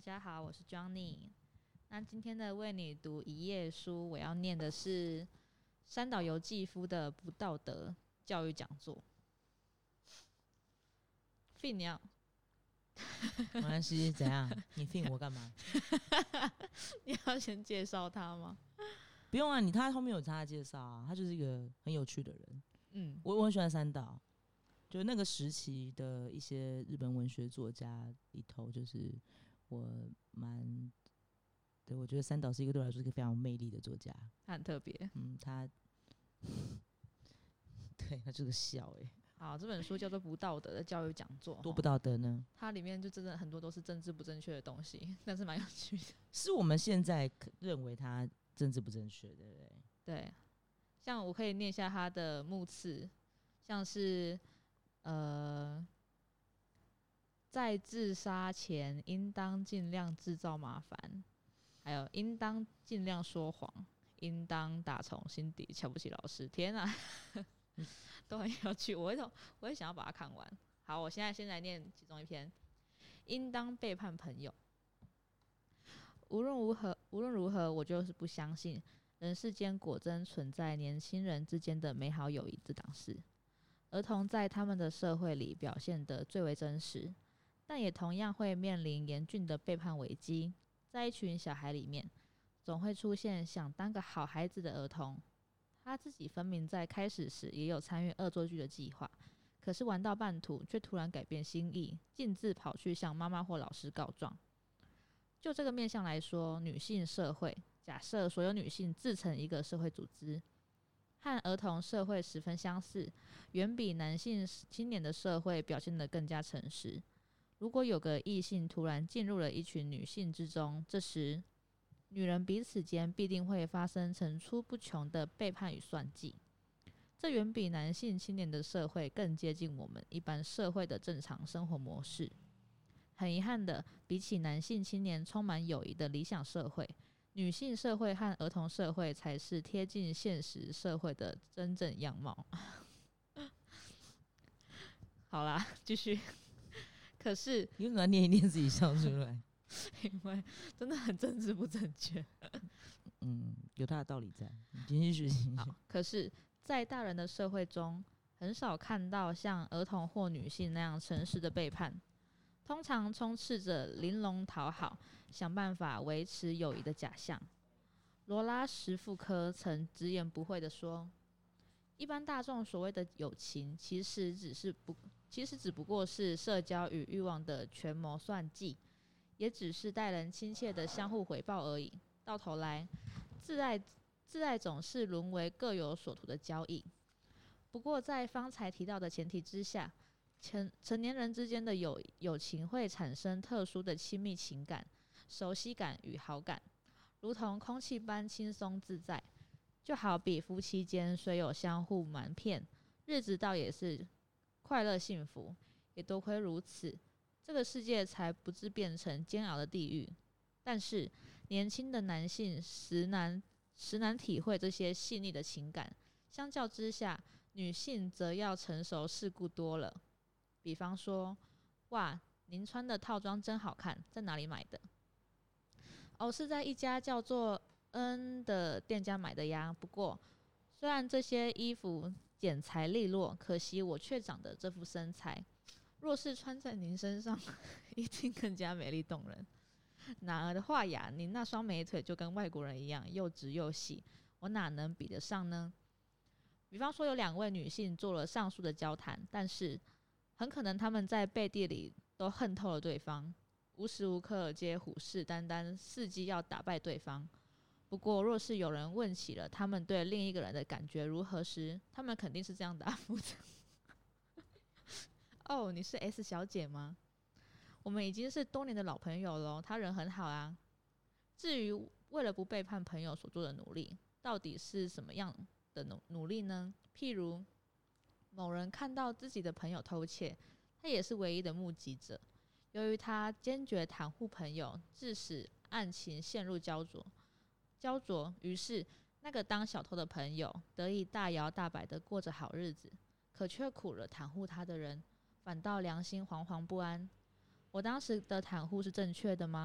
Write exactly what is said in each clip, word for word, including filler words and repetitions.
家好，我是 Johnny。那今天的为你读一页书，我要念的是山岛由纪夫的《不道德教育讲座》。Fin 你要没关系，怎样？你 Fin 我干嘛？ 你要先介绍他吗？ 不用啊，你他后面有他的介绍啊，他就是一个很有趣的人。 嗯， 我我很喜欢山岛，就那个时期的一些日本文学作家里头，就是我蛮对，我觉得山岛是一个对我来说是一个非常有魅力的作家。 他很特别。 嗯，他对他就是个笑哎、欸。 好，这本书叫做《不道德的教育讲座》， 多不道德呢？ 它里面就真的很多都是政治不正确的东西，但是蛮有趣的。 是我们现在认为他政治不正确，对不对？ 对，像我可以念一下他的目次，像是呃，在自杀前应当尽量制造麻烦，还有应当尽量说谎，应当打从心底瞧不起老师。天啊！都很有趣，我会我会想要把它看完。好，我现在先来念其中一篇：应当背叛朋友。无论如何，无论如何，我就是不相信人世间果真存在年轻人之间的美好友谊这档事。儿童在他们的社会里表现得最为真实，但也同样会面临严峻的背叛危机。在一群小孩里面，总会出现想当个好孩子的儿童。他自己分明在开始时也有参与恶作剧的计划，可是玩到半途却突然改变心意，径自跑去向妈妈或老师告状。就这个面向来说，女性社会，假设所有女性自成一个社会组织，和儿童社会十分相似，远比男性青年的社会表现得更加诚实。如果有个异性突然进入了一群女性之中，这时女人彼此间必定会发生层出不穷的背叛与算计，这远比男性青年的社会更接近我们一般社会的正常生活模式。很遗憾的，比起男性青年充满友谊的理想社会，女性社会和儿童社会才是贴近现实社会的真正样貌。好啦，继续。可是你为什么要念一念自己笑出来？ 因为真的很政治不正确。 嗯，有他的道理在。你继续学习。 好，可是，在大人的社会中，很少看到像儿童或女性那样诚实的背叛，通常充斥着玲珑讨好、想办法维持友谊的假象。罗拉什福科曾直言不讳地说：“一般大众所谓的友情，其实只是不，其实只不过是社交与欲望的权谋算计。”也只是待人亲切的相互回报而已，到头来自爱自爱总是沦为各有所图的交易。不过在方才提到的前提之下，成成年人之间的友友情会产生特殊的亲密情感、熟悉感与好感，如同空气般轻松自在。就好比夫妻间虽有相互瞒骗，日子倒也是快乐幸福，也多亏如此，这个世界才不致变成煎熬的地狱。但是年轻的男性实难实难体会这些细腻的情感，相较之下，女性则要成熟世故多了。比方说，哇，您穿的套装真好看，在哪里买的？哦，是在一家叫做恩的店家买的呀。不过，虽然这些衣服剪裁利落，可惜我却长得这副身材。若是穿在您身上，一定更加美丽动人。哪儿的话呀，您那双美腿就跟外国人一样，又直又细，我哪能比得上呢？比方说，有两位女性做了上述的交谈，但是很可能她们在背地里都恨透了对方，无时无刻皆虎视眈眈，伺机要打败对方。不过，若是有人问起了他们对另一个人的感觉如何时，他们肯定是这样答复的。哦，你是 S 小姐吗？我们已经是多年的老朋友了，他人很好啊。至于为了不背叛朋友所做的努力，到底是什么样的努努力呢？譬如某人看到自己的朋友偷窃，他也是唯一的目击者。由于他坚决袒护朋友，致使案情陷入焦灼，焦灼，于是那个当小偷的朋友得以大摇大摆地过着好日子，可却苦了袒护他的人，反倒良心惶惶不安。我当时的袒护是正确的吗？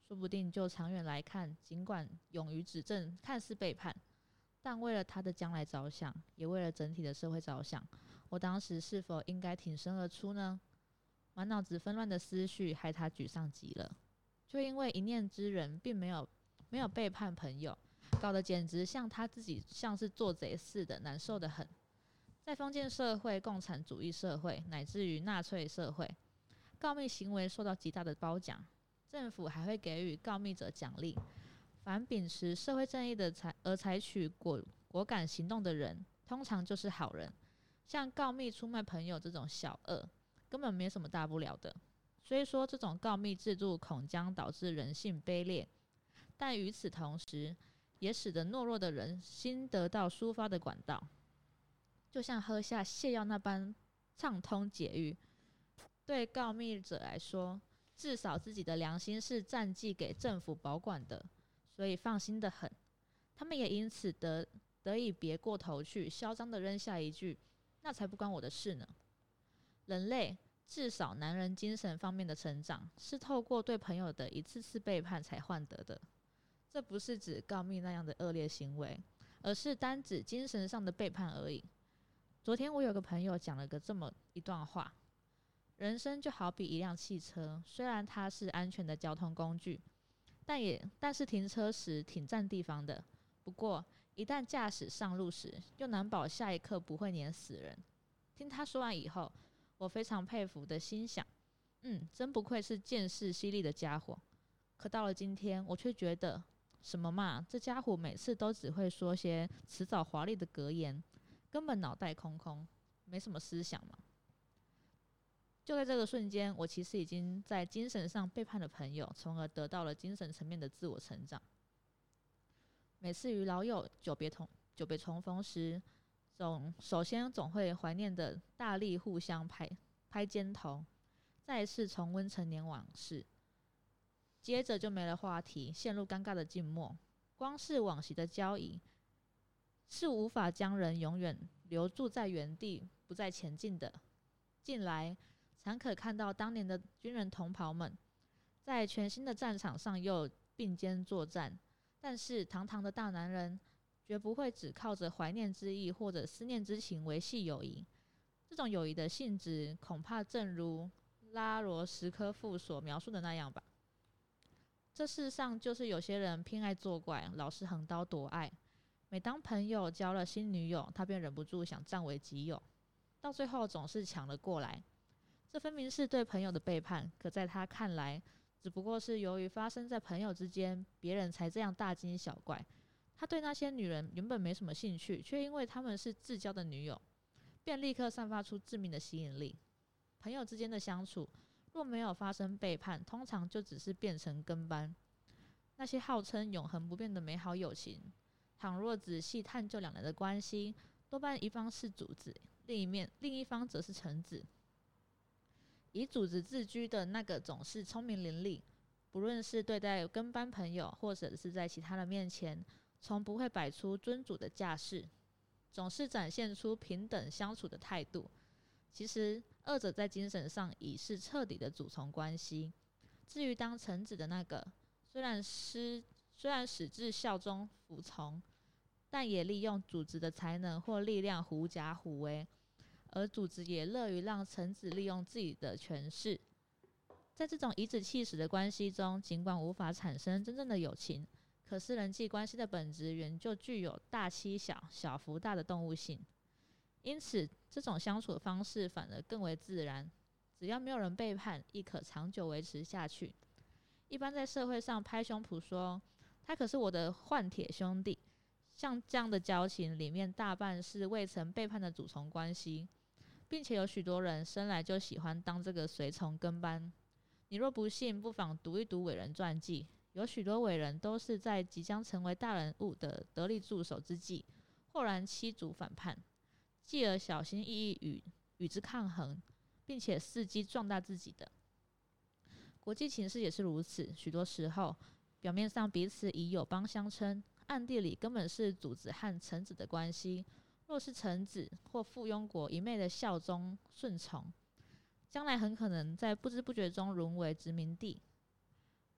说不定就长远来看，尽管勇于指正看似背叛，但为了他的将来着想，也为了整体的社会着想，我当时是否应该挺身而出呢？满脑子纷乱的思绪害他沮丧极了，就因为一念之仁，并没有没有背叛朋友，搞得简直像他自己像是做贼似的，难受得很。在封建社会、共产主义社会，乃至于纳粹社会，告密行为受到极大的褒奖，政府还会给予告密者奖励。凡秉持社会正义的采而采取果果敢行动的人，通常就是好人。像告密出卖朋友这种小恶，根本没什么大不了的。虽说这种告密制度恐将导致人性卑劣，但与此同时，也使得懦弱的人心得到抒发的管道，就像喝下泻药那般畅通解郁。对告密者来说，至少自己的良心是暂寄给政府保管的，所以放心得很。他们也因此得得以别过头去，嚣张地扔下一句：“那才不关我的事呢。”人类，至少男人精神方面的成长，是透过对朋友的一次次背叛才换得的。这不是指告密那样的恶劣行为，而是单指精神上的背叛而已。昨天我有个朋友讲了个这么一段话：人生就好比一辆汽车，虽然它是安全的交通工具，但也但是停车时挺占地方的。不过一旦驾驶上路时，又难保下一刻不会碾死人。听他说完以后，我非常佩服的心想，嗯，真不愧是见识犀利的家伙。可到了今天，我却觉得，什么嘛，这家伙每次都只会说些辞藻华丽的格言，根本脑袋空空，没什么思想嘛。就在这个瞬间，我其实已经在精神上背叛了朋友，从而得到了精神层面的自我成长。每次与老友久别同久别重逢时，总首先总会怀念的大力互相拍拍肩头，再一次重温陈年往事，接着就没了话题，陷入尴尬的静默。光是往昔的交易，是无法将人永远留住在原地，不再前进的。近来常可看到当年的军人同袍们，在全新的战场上又并肩作战，但是堂堂的大男人，绝不会只靠着怀念之意或者思念之情维系友谊。这种友谊的性质，恐怕正如拉罗什科夫所描述的那样吧。这世上就是有些人偏爱作怪，老是横刀夺爱。每当朋友交了新女友，他便忍不住想占为己有，到最后总是抢了过来。这分明是对朋友的背叛，可在他看来，只不过是由于发生在朋友之间，别人才这样大惊小怪。他对那些女人原本没什么兴趣，却因为她们是至交的女友，便立刻散发出致命的吸引力。朋友之间的相处，若没有发生背叛，通常就只是变成跟班。那些号称永恒不变的美好友情，倘若仔细探究两人的关系，多半一方是主子，另一面另一方则是臣子。以主子自居的那个总是聪明伶俐，不论是对待跟班朋友，或者是在其他人面前，从不会摆出尊主的架势，总是展现出平等相处的态度。其实二者在精神上已是彻底的主从关系。至于当臣子的那个，虽然师虽然始至效忠服从，但也利用主子的才能或力量狐假虎威，而主子也乐于让臣子利用自己的权势。在这种颐指气使的关系中，尽管无法产生真正的友情，可是人际关系的本质原就具有大欺小、小服大的动物性。因此这种相处的方式反而更为自然，只要没有人背叛，亦可长久维持下去。一般在社会上拍胸脯说他可是我的换铁兄弟，像这样的交情里面大半是未曾背叛的主从关系，并且有许多人生来就喜欢当这个随从跟班。你若不信，不妨读一读伟人传记，有许多伟人都是在即将成为大人物的得力助手之际，豁然欺主反叛，继而小心翼翼与与之抗衡，并且伺机壮大自己的。国际情势也是如此，许多时候表面上彼此以友邦相称，暗地里根本是主子和臣子的关系。若是臣子或附庸国一昧的效忠顺从，将来很可能在不知不觉中沦为殖民地。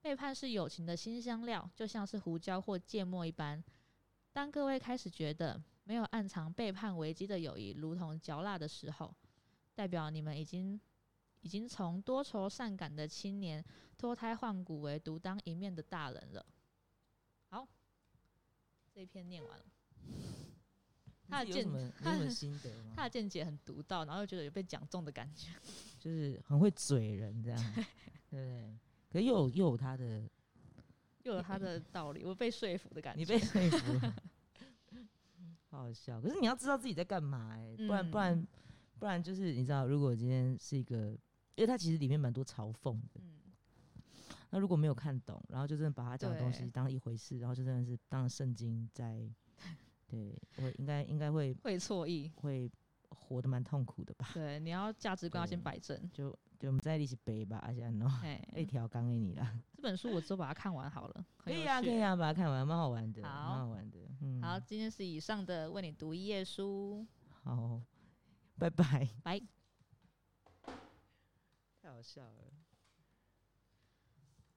背叛是友情的新香料，就像是胡椒或芥末一般。当各位开始觉得没有暗藏背叛危机的友谊如同嚼蜡的时候，代表你们已经已经从多愁善感的青年脱胎换骨为独当一面的大人了。好，这一篇念完了。他的见有什么有什么心得吗？ 他的见解很独到，然后又觉得有被讲中的感觉， 就是很会嘴人这样，对不对？可是又有又有他的， 又有他的道理，我被说服的感觉。 你被说服了，好好笑。可是你要知道自己在干嘛哎、欸，不然、嗯、不然不然就是你知道，如果今天是一个，因为他其实里面蛮多嘲讽的，嗯，那如果没有看懂，然后就真的把他讲的东西当一回事，然后就真的是当圣经在，对，我应该应该会会错意， 会活得蛮痛苦的吧？ 对，你要价值观要先摆正， 就就我们在一起背吧，而且喏，一条刚给你啦。 这本书我之后把它看完好了， 可以啊，可以啊，把它看完，蛮好玩的，蛮好玩的。嗯， 好，今天是以上的为你读一页书， 好，拜拜， 拜， 太好笑了。